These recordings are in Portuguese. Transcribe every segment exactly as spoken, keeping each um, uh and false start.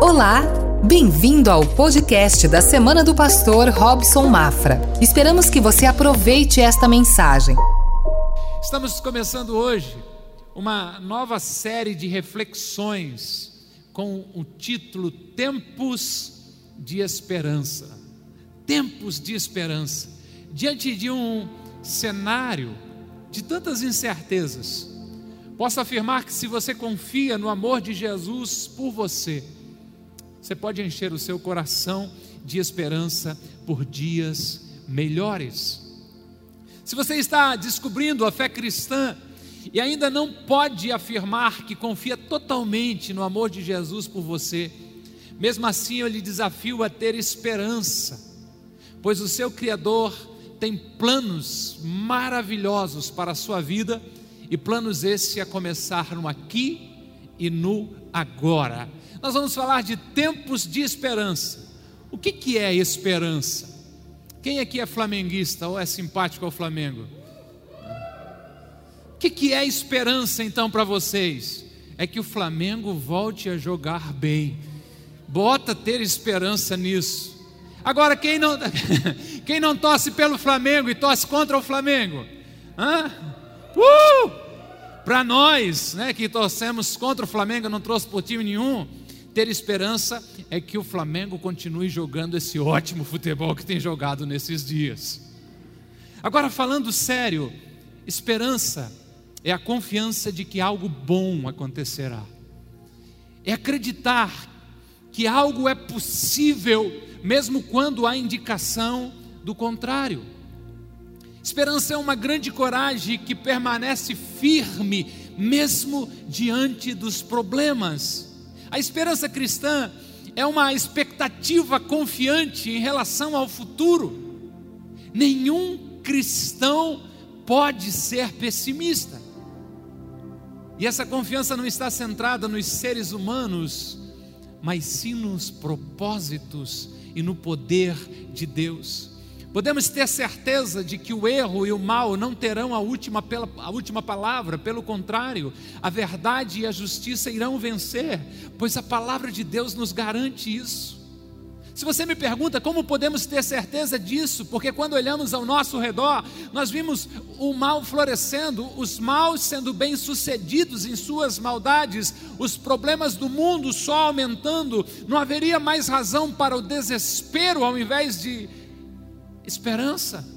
Olá, bem-vindo ao podcast da Semana do Pastor Robson Mafra. Esperamos que você aproveite esta mensagem. Estamos começando hoje uma nova série de reflexões com o título Tempos de Esperança. Tempos de esperança. Diante de um cenário de tantas incertezas, posso afirmar que se você confia no amor de Jesus por você, você pode encher o seu coração de esperança por dias melhores. Se você está descobrindo a fé cristã e ainda não pode afirmar que confia totalmente no amor de Jesus por você, mesmo assim eu lhe desafio a ter esperança, pois o seu Criador tem planos maravilhosos para a sua vida, e planos esses a começar no aqui e no agora. Nós vamos falar de tempos de esperança. O que, que é esperança? Quem aqui é flamenguista ou é simpático ao Flamengo? O que, que é esperança então para vocês? É que o Flamengo volte a jogar bem. Bota ter esperança nisso. Agora, quem não, quem não torce pelo Flamengo e torce contra o Flamengo? Hã? Uh! Para nós, né, que torcemos contra o Flamengo, não trouxe por time nenhum, ter esperança é que o Flamengo continue jogando esse ótimo futebol que tem jogado nesses dias. Agora, falando sério, esperança é a confiança de que algo bom acontecerá. É acreditar que algo é possível, mesmo quando há indicação do contrário. Esperança é uma grande coragem que permanece firme, mesmo diante dos problemas. A esperança cristã é uma expectativa confiante em relação ao futuro. Nenhum cristão pode ser pessimista. E essa confiança não está centrada nos seres humanos, mas sim nos propósitos e no poder de Deus. Podemos ter certeza de que o erro e o mal não terão a última, a última palavra, pelo contrário, a verdade e a justiça irão vencer, pois a palavra de Deus nos garante isso. Se você me pergunta como podemos ter certeza disso, porque quando olhamos ao nosso redor, nós vimos o mal florescendo, os maus sendo bem-sucedidos em suas maldades, os problemas do mundo só aumentando, não haveria mais razão para o desespero ao invés de esperança?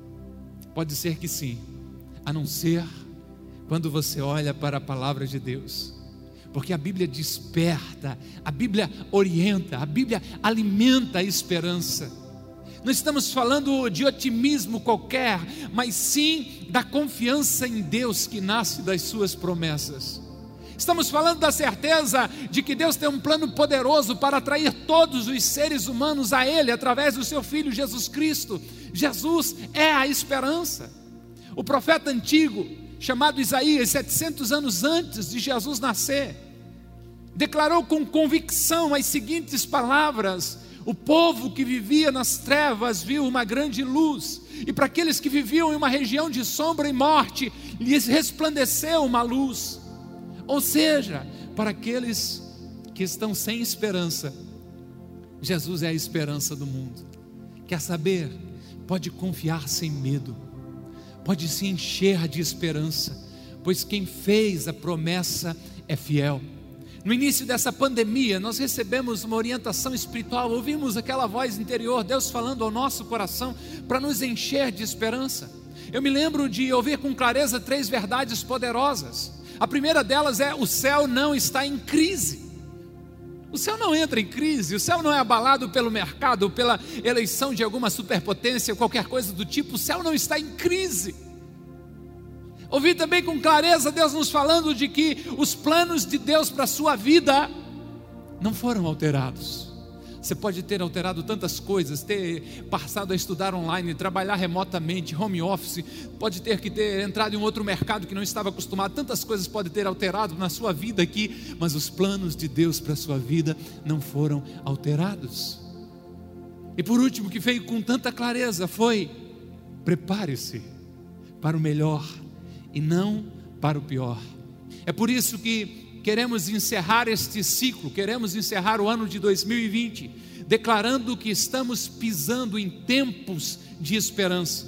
Pode ser que sim, a não ser quando você olha para a palavra de Deus, porque a Bíblia desperta, a Bíblia orienta, a Bíblia alimenta a esperança. Não estamos falando de otimismo qualquer, mas sim da confiança em Deus que nasce das suas promessas. Estamos falando da certeza de que Deus tem um plano poderoso para atrair todos os seres humanos a Ele, através do seu Filho Jesus Cristo. Jesus é a esperança. O profeta antigo, chamado Isaías, setecentos anos antes de Jesus nascer, declarou com convicção as seguintes palavras: o povo que vivia nas trevas viu uma grande luz, e para aqueles que viviam em uma região de sombra e morte, lhes resplandeceu uma luz. Ou seja, para aqueles que estão sem esperança, Jesus é a esperança do mundo. Quer saber? Pode confiar sem medo, pode se encher de esperança, pois quem fez a promessa é fiel. No início dessa pandemia, nós recebemos uma orientação espiritual, ouvimos aquela voz interior, Deus falando ao nosso coração, para nos encher de esperança. Eu me lembro de ouvir com clareza três verdades poderosas. A primeira delas é: o céu não está em crise. O céu não entra em crise, o céu não é abalado pelo mercado, pela eleição de alguma superpotência, qualquer coisa do tipo. O céu não está em crise. Ouvi também com clareza Deus nos falando de que os planos de Deus para a sua vida não foram alterados. Você pode ter alterado tantas coisas, ter passado a estudar online, trabalhar remotamente, home office, pode ter que ter entrado em um outro mercado que não estava acostumado, tantas coisas pode ter alterado na sua vida aqui, mas os planos de Deus para a sua vida não foram alterados. E por último, que veio com tanta clareza, foi: prepare-se para o melhor e não para o pior. É por isso que queremos encerrar este ciclo, queremos encerrar o ano de dois mil e vinte, declarando que estamos pisando em tempos de esperança.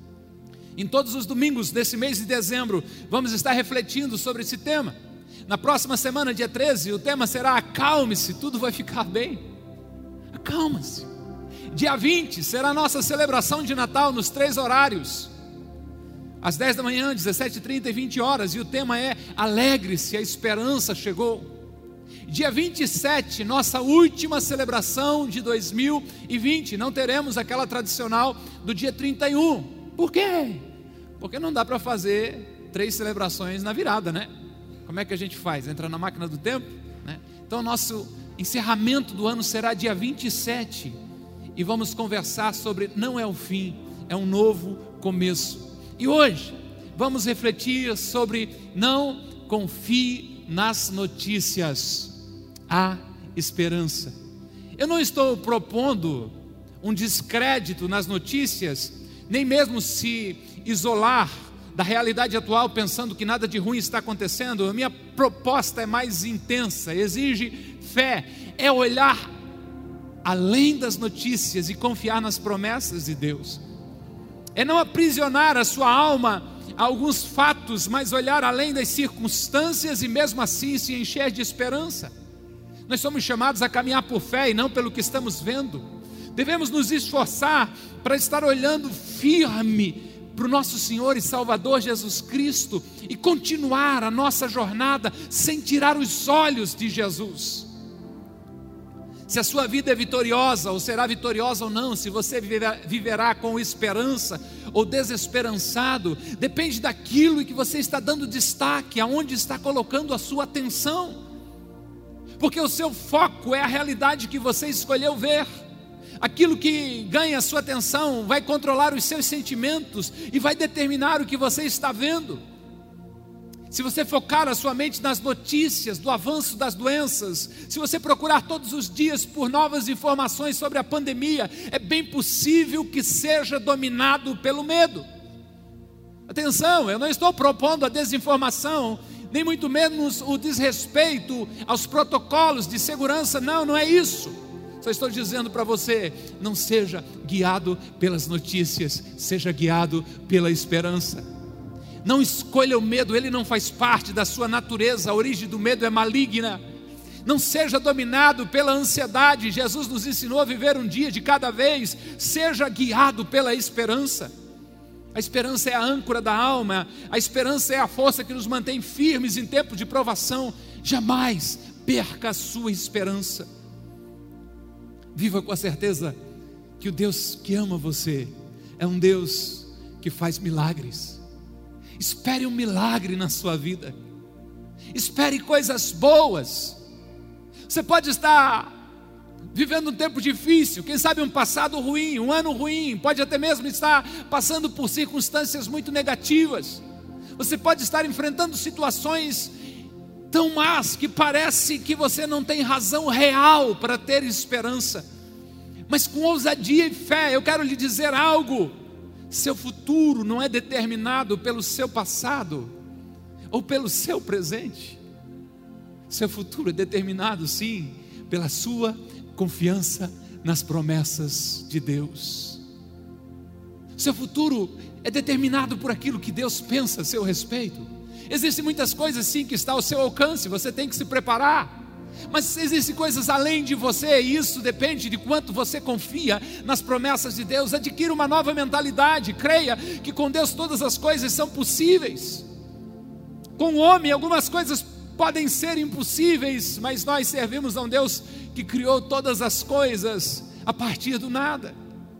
Em todos os domingos desse mês de dezembro, vamos estar refletindo sobre esse tema. Na próxima semana, dia treze, o tema será acalme-se, tudo vai ficar bem. Acalma-se. Dia vinte será a nossa celebração de Natal nos três horários, às dez da manhã, dezessete e trinta e vinte horas, e o tema é alegre-se, a esperança chegou. Dia vinte e sete, nossa última celebração de dois mil e vinte, não teremos aquela tradicional do dia trinta e um. Por quê? Porque não dá para fazer três celebrações na virada, né? Como é que a gente faz? Entra na máquina do tempo, né? Então nosso encerramento do ano será dia vinte e sete, e vamos conversar sobre não é o fim, é um novo começo. E hoje vamos refletir sobre não confie nas notícias, há esperança. Eu não estou propondo um descrédito nas notícias, nem mesmo se isolar da realidade atual pensando que nada de ruim está acontecendo. A minha proposta é mais intensa, exige fé, é olhar além das notícias e confiar nas promessas de Deus. É não aprisionar a sua alma a alguns fatos, mas olhar além das circunstâncias e mesmo assim se encher de esperança. Nós somos chamados a caminhar por fé e não pelo que estamos vendo. Devemos nos esforçar para estar olhando firme para o nosso Senhor e Salvador Jesus Cristo e continuar a nossa jornada sem tirar os olhos de Jesus. Se a sua vida é vitoriosa ou será vitoriosa ou não, se você viverá com esperança ou desesperançado, depende daquilo em que você está dando destaque, aonde está colocando a sua atenção, porque o seu foco é a realidade que você escolheu ver. Aquilo que ganha a sua atenção vai controlar os seus sentimentos e vai determinar o que você está vendo. Se você focar a sua mente nas notícias do avanço das doenças, se você procurar todos os dias por novas informações sobre a pandemia, é bem possível que seja dominado pelo medo. Atenção, eu não estou propondo a desinformação, nem muito menos o desrespeito aos protocolos de segurança, não, não é isso. Só estou dizendo para você, não seja guiado pelas notícias, seja guiado pela esperança. Não escolha o medo, ele não faz parte da sua natureza, a origem do medo é maligna. Não seja dominado pela ansiedade, Jesus nos ensinou a viver um dia de cada vez. Seja guiado pela esperança. A esperança é a âncora da alma, a esperança é a força que nos mantém firmes em tempo de provação. Jamais perca a sua esperança. Viva com a certeza que o Deus que ama você é um Deus que faz milagres. Espere um milagre na sua vida. Espere coisas boas. Você pode estar vivendo um tempo difícil, quem sabe um passado ruim, um ano ruim, pode até mesmo estar passando por circunstâncias muito negativas. Você pode estar enfrentando situações tão más que parece que você não tem razão real para ter esperança. Mas com ousadia e fé, eu quero lhe dizer algo: seu futuro não é determinado pelo seu passado ou pelo seu presente. Seu futuro é determinado sim pela sua confiança nas promessas de Deus. Seu futuro é determinado por aquilo que Deus pensa a seu respeito. Existem muitas coisas sim que estão ao seu alcance, você tem que se preparar. Mas existem coisas além de você, e isso depende de quanto você confia nas promessas de Deus. Adquira uma nova mentalidade, creia que com Deus todas as coisas são possíveis. Com o homem algumas coisas podem ser impossíveis, mas nós servimos a um Deus que criou todas as coisas a partir do nada.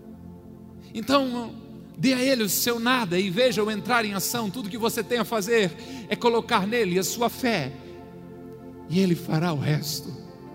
Então dê a Ele o seu nada e veja-o entrar em ação. Tudo que você tem a fazer é colocar nele a sua fé, e Ele fará o resto.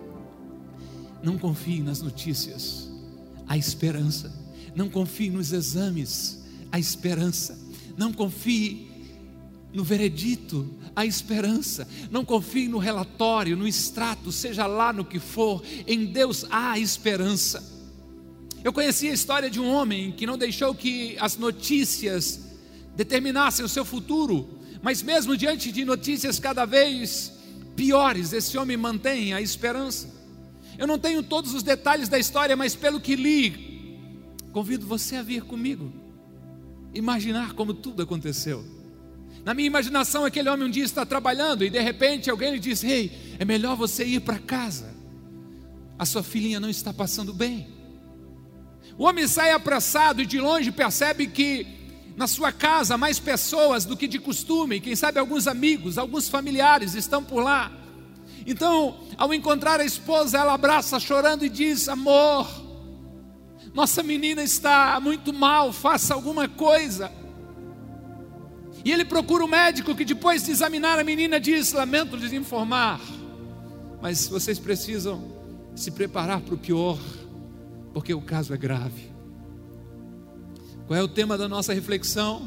Não confie nas notícias, há esperança. Não confie nos exames, há esperança. Não confie no veredito, há esperança. Não confie no relatório, no extrato, seja lá no que for, em Deus há esperança. Eu conheci a história de um homem que não deixou que as notícias determinassem o seu futuro, mas mesmo diante de notícias cada vez piores, esse homem mantém a esperança. Eu não tenho todos os detalhes da história, mas pelo que li, convido você a vir comigo, imaginar como tudo aconteceu. Na minha imaginação, aquele homem um dia está trabalhando e de repente alguém lhe diz: ei, é melhor você ir para casa, a sua filhinha não está passando bem. O homem sai apressado e de longe percebe que na sua casa mais pessoas do que de costume, quem sabe alguns amigos, alguns familiares estão por lá. Então, ao encontrar a esposa, ela abraça chorando e diz: amor, nossa menina está muito mal, faça alguma coisa. E ele procura o médico, que depois de examinar a menina diz: lamento lhes informar, mas vocês precisam se preparar para o pior, porque o caso é grave. Qual é o tema da nossa reflexão?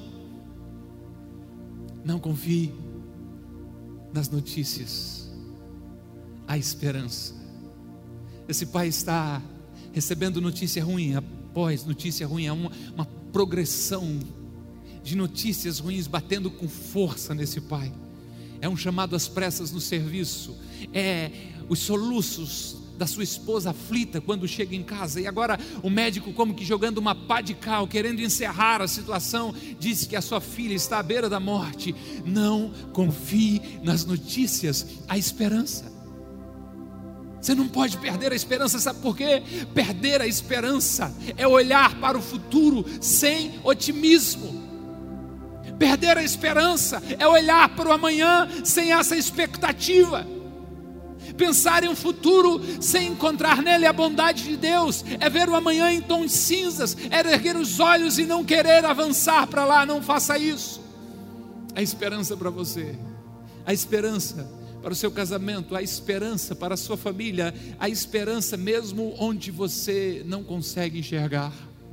Não confie nas notícias, a esperança. Esse pai está recebendo notícia ruim após notícia ruim, é uma, uma progressão de notícias ruins batendo com força nesse pai. É um chamado às pressas no serviço, é os soluços da sua esposa aflita quando chega em casa, e agora o médico, como que jogando uma pá de cal, querendo encerrar a situação, disse que a sua filha está à beira da morte. Não confie nas notícias, a esperança. Você não pode perder a esperança, sabe por quê? Perder a esperança é olhar para o futuro sem otimismo. Perder a esperança é olhar para o amanhã sem essa expectativa. Pensar em um futuro sem encontrar nele a bondade de Deus é ver o amanhã em tons cinzas, é erguer os olhos e não querer avançar para lá. Não faça isso. A esperança para você, a esperança para o seu casamento, a esperança para a sua família, a esperança mesmo onde você não consegue enxergar.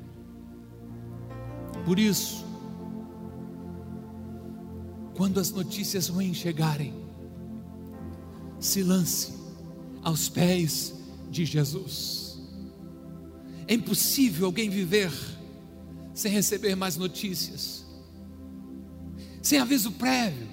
Por isso, quando as notícias ruins chegarem, se lance aos pés de Jesus. É impossível alguém viver sem receber mais notícias, sem aviso prévio,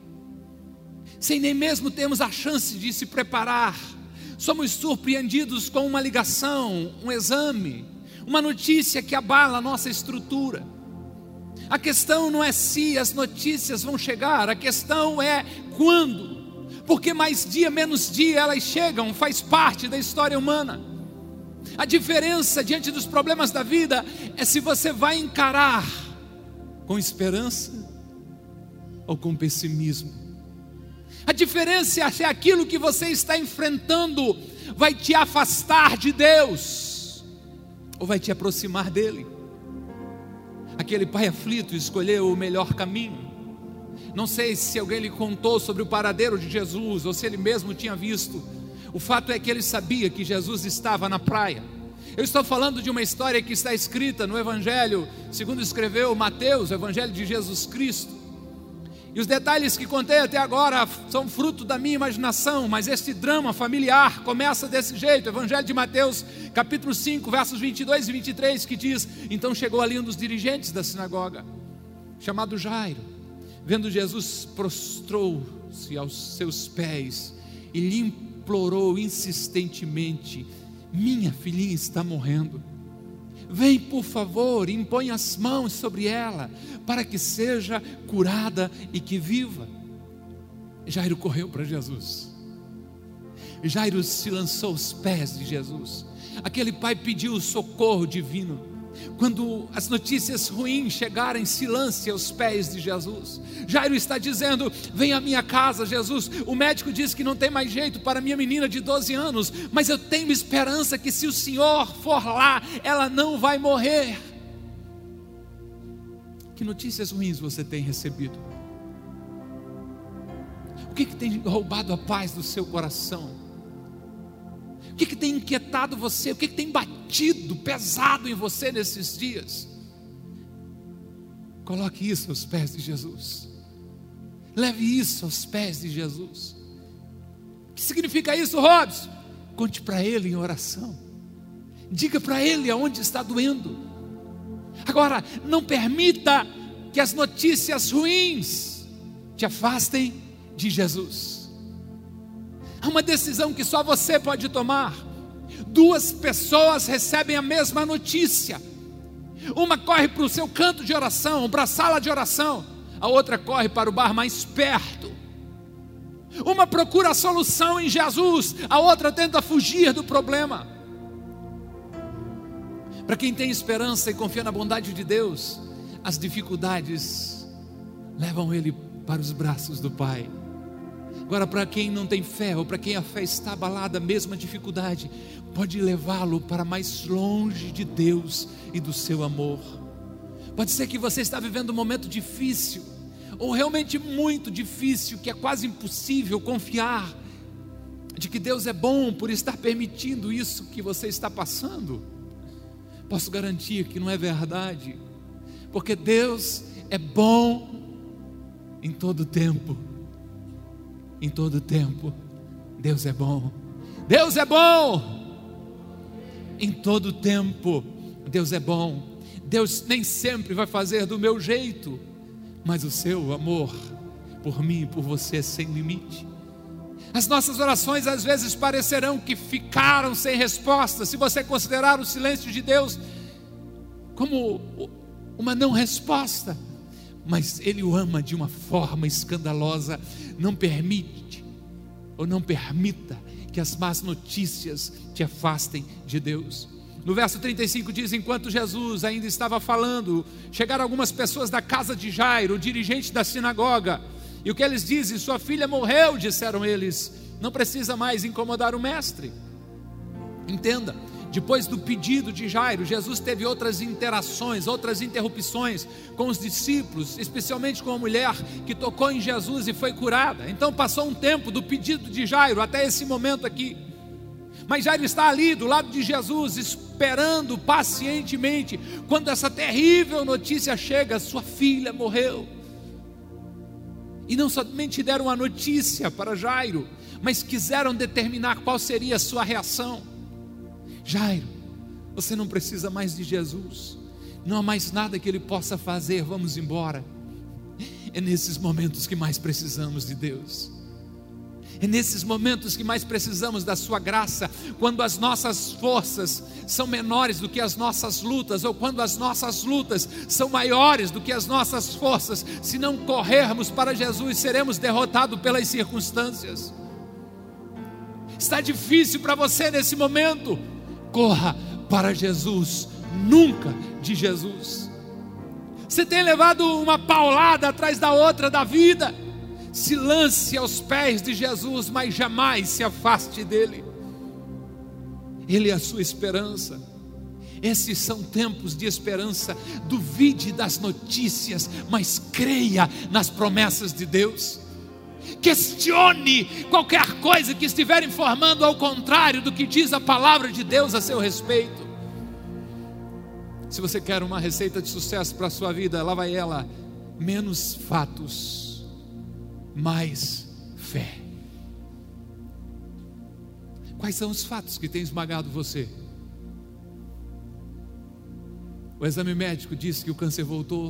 sem nem mesmo termos a chance de se preparar. Somos surpreendidos com uma ligação, um exame, uma notícia que abala a nossa estrutura. A questão não é se as notícias vão chegar, a questão é quando. Porque mais dia, menos dia elas chegam, faz parte da história humana. A diferença diante dos problemas da vida é se você vai encarar com esperança ou com pessimismo. A diferença é se aquilo que você está enfrentando vai te afastar de Deus ou vai te aproximar dele. Aquele pai aflito escolheu o melhor caminho. Não sei se alguém lhe contou sobre o paradeiro de Jesus, ou se ele mesmo tinha visto. O fato é que ele sabia que Jesus estava na praia. Eu estou falando de uma história que está escrita no Evangelho, segundo escreveu Mateus, o Evangelho de Jesus Cristo. E os detalhes que contei até agora são fruto da minha imaginação, mas este drama familiar começa desse jeito. Evangelho de Mateus, capítulo cinco, versos vinte e dois e vinte e três, que diz: então chegou ali um dos dirigentes da sinagoga, chamado Jairo. Vendo Jesus, prostrou-se aos seus pés e lhe implorou insistentemente: minha filhinha está morrendo, vem por favor, impõe as mãos sobre ela, para que seja curada e que viva. Jairo correu para Jesus. Jairo se lançou aos pés de Jesus. Aquele pai pediu socorro divino. Quando as notícias ruins chegarem, se lance aos pés de Jesus. Jairo está dizendo: vem à minha casa, Jesus. O médico diz que não tem mais jeito para minha menina de doze anos, mas eu tenho esperança que se o Senhor for lá, ela não vai morrer. Que notícias ruins você tem recebido? O que, que tem roubado a paz do seu coração? O que, que tem inquietado você? O que, que tem batido pesado em você nesses dias? Coloque isso aos pés de Jesus. Leve isso aos pés de Jesus. O que significa isso, Robson? Conte para Ele em oração. Diga para Ele aonde está doendo. Agora, não permita que as notícias ruins te afastem de Jesus. Há uma decisão que só você pode tomar. Duas pessoas recebem a mesma notícia. Uma corre para o seu canto de oração, para a sala de oração. A outra corre para o bar mais perto. Uma procura a solução em Jesus, a outra tenta fugir do problema. Para quem tem esperança e confia na bondade de Deus, as dificuldades levam ele para os braços do Pai. Agora, para quem não tem fé, ou para quem a fé está abalada, a mesma dificuldade pode levá-lo para mais longe de Deus e do seu amor. Pode ser que você está vivendo um momento difícil, ou realmente muito difícil, que é quase impossível confiar de que Deus é bom por estar permitindo isso que você está passando. Posso garantir que não é verdade, porque Deus é bom em todo tempo. Em todo tempo, Deus é bom. Deus é bom em todo tempo. Deus é bom. Deus nem sempre vai fazer do meu jeito, mas o seu amor por mim e por você é sem limite. As nossas orações às vezes parecerão que ficaram sem resposta, se você considerar o silêncio de Deus como uma não resposta. Mas Ele o ama de uma forma escandalosa. Não permite, ou não permita, que as más notícias te afastem de Deus. No verso trinta e cinco diz: enquanto Jesus ainda estava falando, chegaram algumas pessoas da casa de Jairo, o dirigente da sinagoga. E o que eles dizem? Sua filha morreu, disseram eles. Não precisa mais incomodar o mestre. Entenda, depois do pedido de Jairo, Jesus teve outras interações, outras interrupções com os discípulos, especialmente com a mulher que tocou em Jesus e foi curada. Então passou um tempo do pedido de Jairo até esse momento aqui. Mas Jairo está ali do lado de Jesus, esperando pacientemente, quando essa terrível notícia chega: sua filha morreu. E não somente deram a notícia para Jairo, mas quiseram determinar qual seria a sua reação. Jairo, você não precisa mais de Jesus, não há mais nada que Ele possa fazer, vamos embora. É nesses momentos que mais precisamos de Deus. É nesses momentos que mais precisamos da sua graça, quando as nossas forças são menores do que as nossas lutas, ou quando as nossas lutas são maiores do que as nossas forças. Se não corrermos para Jesus, seremos derrotados pelas circunstâncias. Está difícil para você nesse momento? Corra para Jesus, nunca de Jesus. Você tem levado uma paulada atrás da outra da vida. Se lance aos pés de Jesus, mas jamais se afaste dele. Ele é a sua esperança. Esses são tempos de esperança. Duvide das notícias, mas creia nas promessas de Deus. Questione qualquer coisa que estiver informando ao contrário do que diz a palavra de Deus a seu respeito. Se você quer uma receita de sucesso para a sua vida, lá vai ela: menos fatos, mais fé. Quais são os fatos que têm esmagado você? O exame médico disse que o câncer voltou.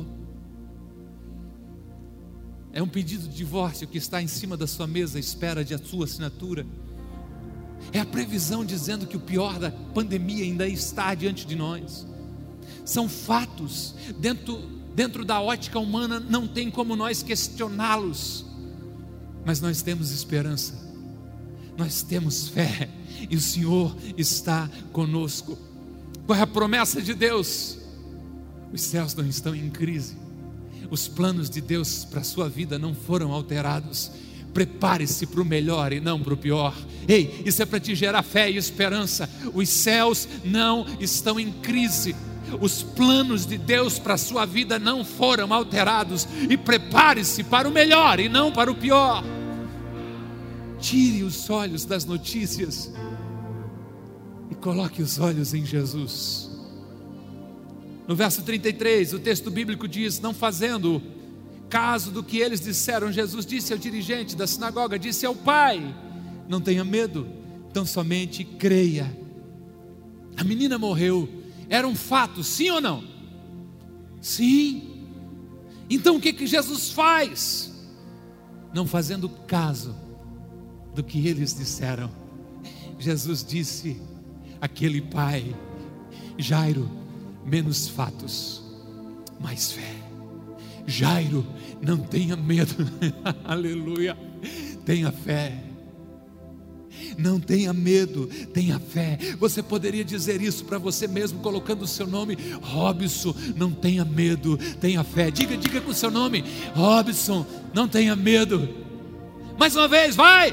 É um pedido de divórcio que está em cima da sua mesa, à espera de a sua assinatura. É a previsão dizendo que o pior da pandemia ainda está diante de nós. São fatos, dentro, dentro da ótica humana não tem como nós questioná-los. Mas nós temos esperança, nós temos fé, e o Senhor está conosco. Qual é a promessa de Deus? Os céus não estão em crise. Os planos de Deus para a sua vida não foram alterados. Prepare-se para o melhor e não para o pior. Ei, isso é para te gerar fé e esperança. Os céus não estão em crise. Os planos de Deus para a sua vida não foram alterados. E prepare-se para o melhor e não para o pior. Tire os olhos das notícias e coloque os olhos em Jesus. No verso trinta e três, o texto bíblico diz: não fazendo caso do que eles disseram, Jesus disse ao dirigente da sinagoga, disse ao pai: não tenha medo, tão somente creia. A menina morreu, era um fato, sim ou não? Sim. Então o que que Jesus faz? Não fazendo caso do que eles disseram. Jesus disse àquele pai: Jairo, menos fatos, mais fé. Jairo, não tenha medo. Aleluia. Tenha fé. Não tenha medo, tenha fé. Você poderia dizer isso para você mesmo, colocando o seu nome: Robson, não tenha medo, tenha fé. Diga, diga com o seu nome: Robson, não tenha medo. Mais uma vez, vai.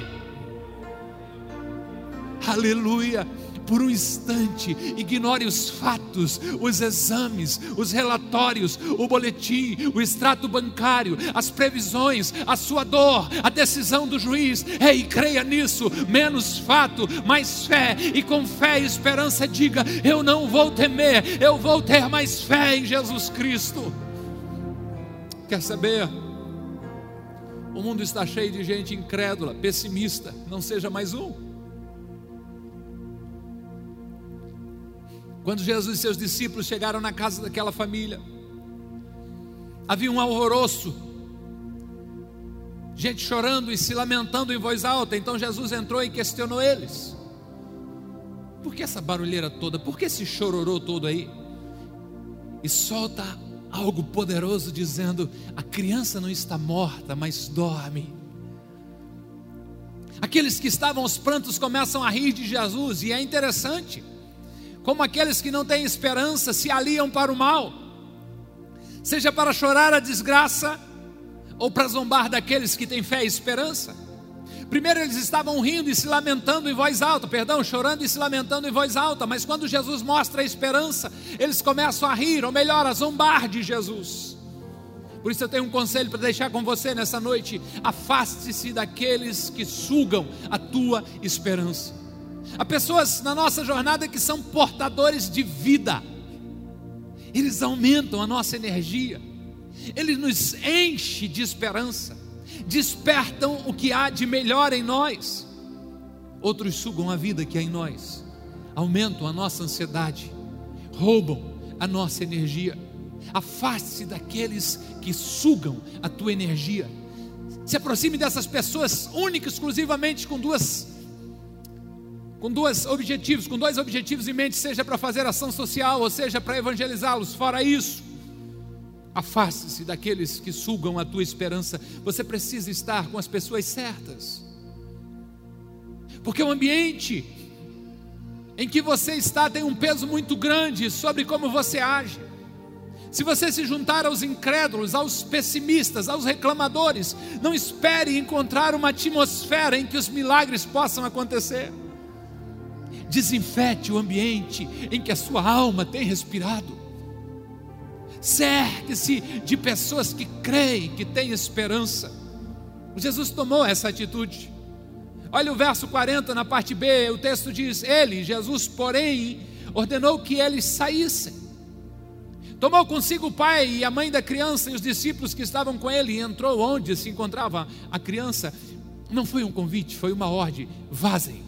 Aleluia. Por um instante, ignore os fatos, os exames, os relatórios, o boletim, o extrato bancário, as previsões, a sua dor, a decisão do juiz. Ei, creia nisso. Menos fato, mais fé. E com fé e esperança diga: eu não vou temer, eu vou ter mais fé em Jesus Cristo. Quer saber? O mundo está cheio de gente incrédula, pessimista. Não seja mais um. Quando Jesus e seus discípulos chegaram na casa daquela família, havia um alvoroço, gente chorando e se lamentando em voz alta. Então Jesus entrou e questionou eles: por que essa barulheira toda? Por que esse chororô todo aí? E solta algo poderoso dizendo: a criança não está morta, mas dorme. Aqueles que estavam aos prantos começam a rir de Jesus. E é interessante como aqueles que não têm esperança se aliam para o mal, seja para chorar a desgraça ou para zombar daqueles que têm fé e esperança. Primeiro eles estavam rindo e se lamentando em voz alta, perdão, chorando e se lamentando em voz alta, mas quando Jesus mostra a esperança, eles começam a rir, ou melhor, a zombar de Jesus. Por isso eu tenho um conselho para deixar com você nessa noite: afaste-se daqueles que sugam a tua esperança. Há pessoas na nossa jornada que são portadores de vida, eles aumentam a nossa energia, eles nos enchem de esperança, despertam o que há de melhor em nós. Outros sugam a vida que há em nós, aumentam a nossa ansiedade, roubam a nossa energia. Afaste-se daqueles que sugam a tua energia. Se aproxime dessas pessoas única e exclusivamente com duas com dois objetivos, com dois objetivos em mente, seja para fazer ação social, ou seja para evangelizá-los. Fora isso, afaste-se daqueles que sugam a tua esperança. Você precisa estar com as pessoas certas, porque o ambiente em que você está tem um peso muito grande sobre como você age. Se você se juntar aos incrédulos, aos pessimistas, aos reclamadores, não espere encontrar uma atmosfera em que os milagres possam acontecer. Desinfete o ambiente em que a sua alma tem respirado. Cerque-se de pessoas que creem, que têm esperança. Jesus tomou essa atitude. Olha o verso quarenta na parte B, o texto diz: Ele, Jesus, porém, ordenou que eles saíssem. Tomou consigo o pai e a mãe da criança e os discípulos que estavam com ele, e entrou onde se encontrava a criança. Não foi um convite, foi uma ordem: vazem.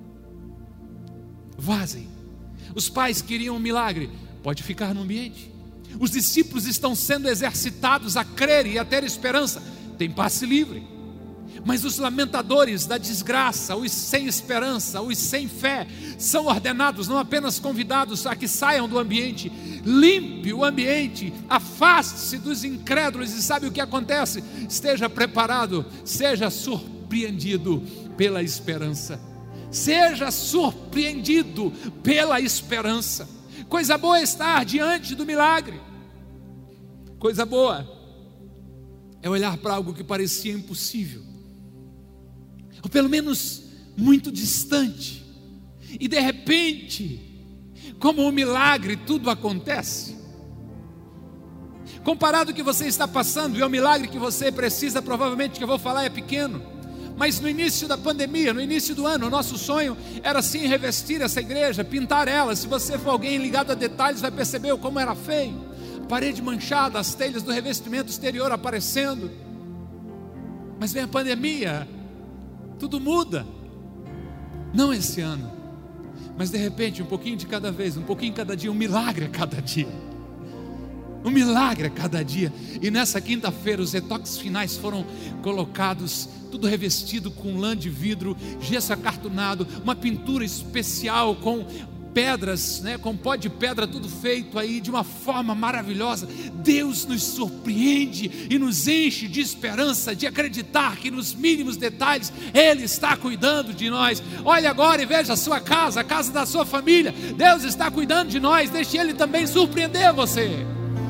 Vazem. Os pais queriam um milagre, pode ficar no ambiente. Os discípulos estão sendo exercitados a crer e a ter esperança, tem passe livre. Mas os lamentadores da desgraça, os sem esperança, os sem fé, são ordenados, não apenas convidados a que saiam do ambiente. Limpe o ambiente, afaste-se dos incrédulos. E sabe o que acontece? Esteja preparado, seja surpreendido pela esperança. Seja surpreendido pela esperança. Coisa boa é estar diante do milagre. Coisa boa é olhar para algo que parecia impossível, ou pelo menos muito distante, e de repente, como um milagre, tudo acontece. Comparado ao que você está passando e ao milagre que você precisa, provavelmente que eu vou falar é pequeno. Mas no início da pandemia, no início do ano, o nosso sonho era sim revestir essa igreja, pintar ela. Se você for alguém ligado a detalhes, vai perceber como era feio. Parede manchada, as telhas do revestimento exterior aparecendo. Mas vem a pandemia, tudo muda. Não esse ano, mas de repente, um pouquinho de cada vez, um pouquinho cada dia, um milagre a cada dia. um milagre a cada dia. E nessa quinta-feira os retoques finais foram colocados, tudo revestido com lã de vidro, gesso acartonado, uma pintura especial com pedras, né, com pó de pedra, tudo feito aí de uma forma maravilhosa. Deus nos surpreende e nos enche de esperança, de acreditar que nos mínimos detalhes Ele está cuidando de nós. Olhe agora e veja a sua casa, a casa da sua família. Deus está cuidando de nós, deixe Ele também surpreender você.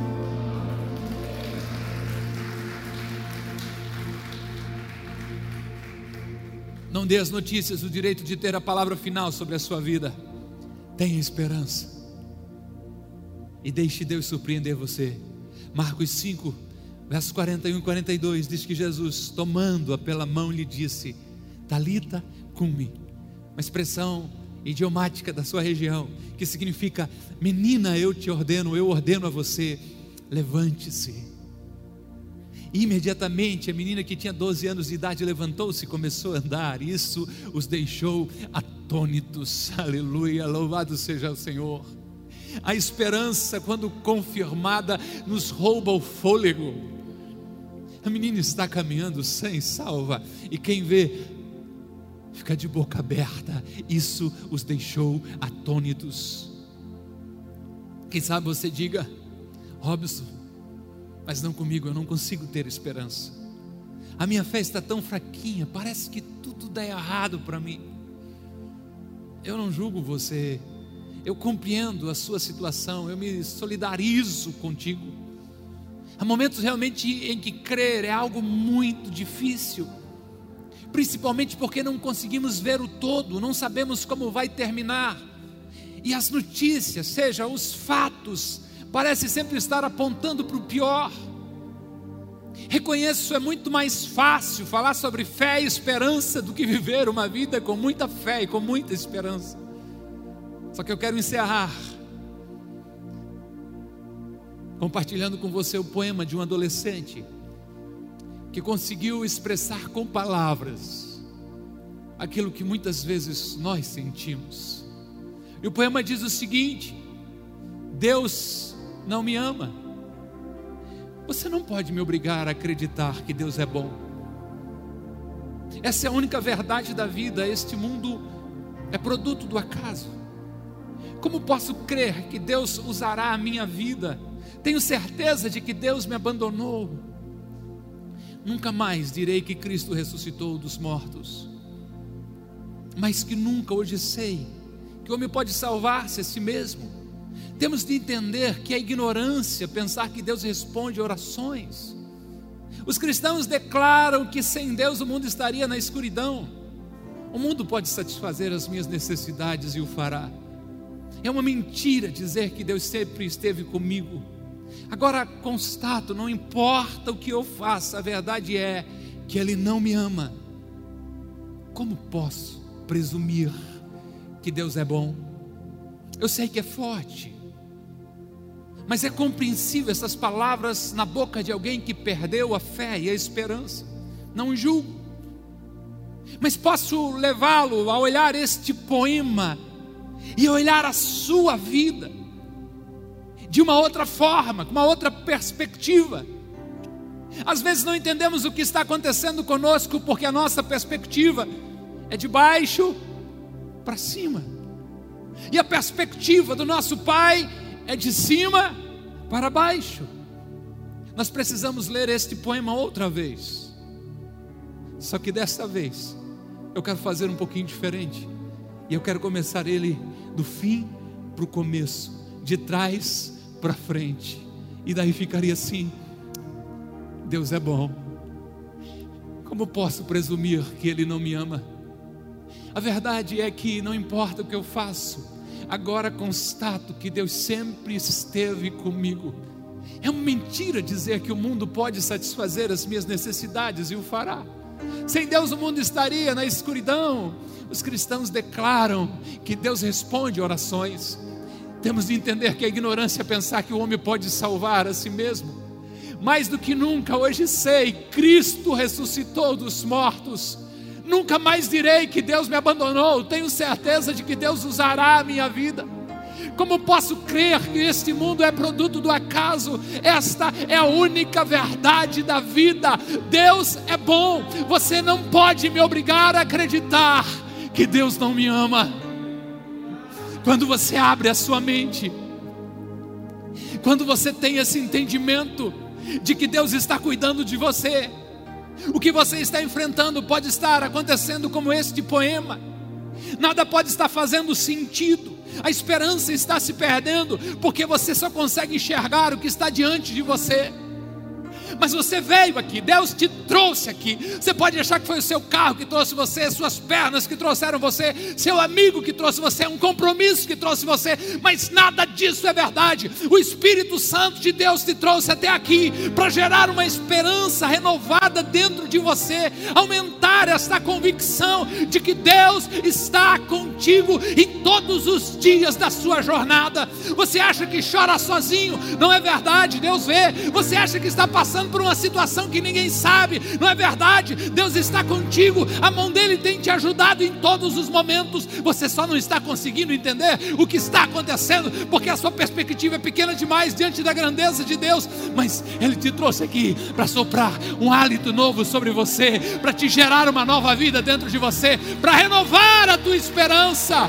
Não dê às notícias o direito de ter a palavra final sobre a sua vida. Tenha esperança e deixe Deus surpreender você. Marcos cinco, versos quarenta e um e quarenta e dois, diz que Jesus, tomando-a pela mão, lhe disse: Talita cumi, uma expressão idiomática da sua região, que significa: menina, eu te ordeno, eu ordeno a você, levante-se. Imediatamente a menina, que tinha doze anos de idade, levantou-se e começou a andar. Isso os deixou atônitos. Aleluia, louvado seja o Senhor. A esperança, quando confirmada, nos rouba o fôlego. A menina está caminhando sã e salva, e quem vê fica de boca aberta. Isso os deixou atônitos. Quem sabe você diga: Robson, mas não comigo, eu não consigo ter esperança. A minha fé está tão fraquinha, parece que tudo dá errado para mim. Eu não julgo você, eu compreendo a sua situação, eu me solidarizo contigo. Há momentos realmente em que crer é algo muito difícil, principalmente porque não conseguimos ver o todo, não sabemos como vai terminar. E as notícias, seja os fatos, parece sempre estar apontando para o pior. Reconheço, é muito mais fácil falar sobre fé e esperança do que viver uma vida com muita fé e com muita esperança. Só que eu quero encerrar compartilhando com você o poema de um adolescente que conseguiu expressar com palavras aquilo que muitas vezes nós sentimos. E o poema diz o seguinte: Deus não me ama. Você não pode me obrigar a acreditar que Deus é bom. Essa é a única verdade da vida. Este mundo é produto do acaso. Como posso crer que Deus usará a minha vida? Tenho certeza de que Deus me abandonou. Nunca mais direi que Cristo ressuscitou dos mortos, mas que nunca hoje sei que o homem pode salvar-se a si mesmo. Temos de entender que é ignorância pensar que Deus responde orações. Os cristãos declaram que sem Deus o mundo estaria na escuridão. O mundo pode satisfazer as minhas necessidades e o fará. É uma mentira dizer que Deus sempre esteve comigo. Agora constato, não importa o que eu faça, a verdade é que Ele não me ama. Como posso presumir que Deus é bom? Eu sei que é forte, mas é compreensível essas palavras na boca de alguém que perdeu a fé e a esperança. Não julgo, mas posso levá-lo a olhar este poema e olhar a sua vida de uma outra forma, com uma outra perspectiva. Às vezes não entendemos o que está acontecendo conosco, porque a nossa perspectiva é de baixo para cima, e a perspectiva do nosso Pai é de cima para baixo. Nós precisamos ler este poema outra vez, só que desta vez eu quero fazer um pouquinho diferente, e eu quero começar ele do fim para o começo, de trás para frente, e daí ficaria assim: Deus é bom. Como posso presumir que Ele não me ama? A verdade é que não importa o que eu faço, agora constato que Deus sempre esteve comigo. É uma mentira dizer que o mundo pode satisfazer as minhas necessidades, e o fará. Sem Deus o mundo estaria na escuridão. Os cristãos declaram que Deus responde orações. Temos de entender que a ignorância é pensar que o homem pode salvar a si mesmo. Mais do que nunca hoje sei, Cristo ressuscitou dos mortos. Nunca mais direi que Deus me abandonou. Tenho certeza de que Deus usará a minha vida. Como posso crer que este mundo é produto do acaso? Esta é a única verdade da vida. Deus é bom. Você não pode me obrigar a acreditar que Deus não me ama. Quando você abre a sua mente, quando você tem esse entendimento de que Deus está cuidando de você, o que você está enfrentando pode estar acontecendo como este poema. Nada pode estar fazendo sentido. A esperança está se perdendo, porque você só consegue enxergar o que está diante de você. Mas você veio aqui, Deus te trouxe aqui. Você pode achar que foi o seu carro que trouxe você, suas pernas que trouxeram você, seu amigo que trouxe você, um compromisso que trouxe você, mas nada disso é verdade. O Espírito Santo de Deus te trouxe até aqui para gerar uma esperança renovada dentro de você, aumentar esta convicção de que Deus está contigo em todos os dias da sua jornada. Você acha que chora sozinho? Não é verdade, Deus vê. Você acha que está passando por uma situação que ninguém sabe? Não é verdade, Deus está contigo. A mão dele tem te ajudado em todos os momentos. Você só não está conseguindo entender o que está acontecendo, porque a sua perspectiva é pequena demais diante da grandeza de Deus. Mas ele te trouxe aqui para soprar um hálito novo sobre você, para te gerar uma nova vida dentro de você, para renovar a tua esperança.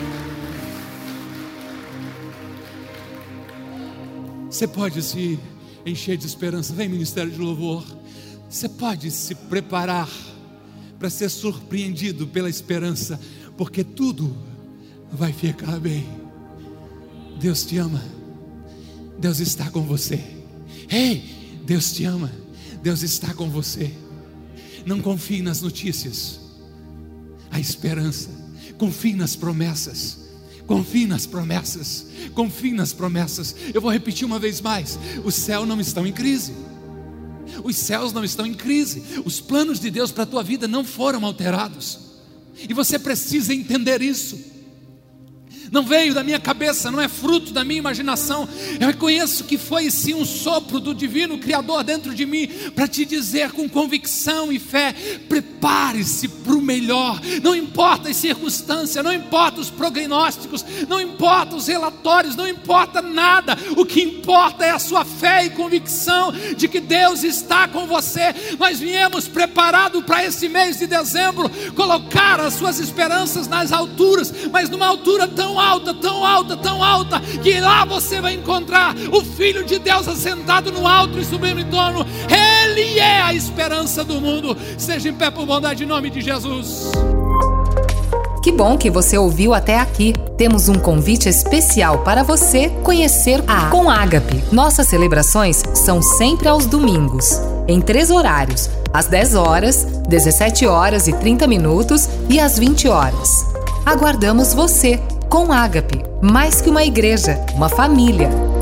Você pode se encher de esperança. Vem, ministério de louvor. Você pode se preparar para ser surpreendido pela esperança, porque tudo vai ficar bem. Deus te ama. Deus está com você. Ei, Deus te ama. Deus está com você. Não confie nas notícias. A esperança. Confie nas promessas. Confie nas promessas, confie nas promessas. Eu vou repetir uma vez mais: os céus não estão em crise. Os céus não estão em crise. Os planos de Deus para a tua vida não foram alterados, e você precisa entender isso. Não veio da minha cabeça, não é fruto da minha imaginação. Eu reconheço que foi sim um sopro do divino Criador dentro de mim, para te dizer com convicção e fé: prepare-se para o melhor. Não importa as circunstâncias, não importa os prognósticos, não importa os relatórios, não importa nada. O que importa é a sua fé e convicção de que Deus está com você. Nós viemos preparados para esse mês de dezembro colocar as suas esperanças nas alturas, mas numa altura tão alta, tão alta, tão alta, que lá você vai encontrar o Filho de Deus assentado no alto e subindo em torno. Ele é a esperança do mundo. Seja em pé por bondade, em nome de Jesus. Que bom que você ouviu até aqui. Temos um convite especial para você conhecer a Com Ágape. Nossas celebrações são sempre aos domingos, em três horários: às dez horas, dezessete horas e trinta minutos e às vinte horas. Aguardamos você. Com Ágape, mais que uma igreja, uma família.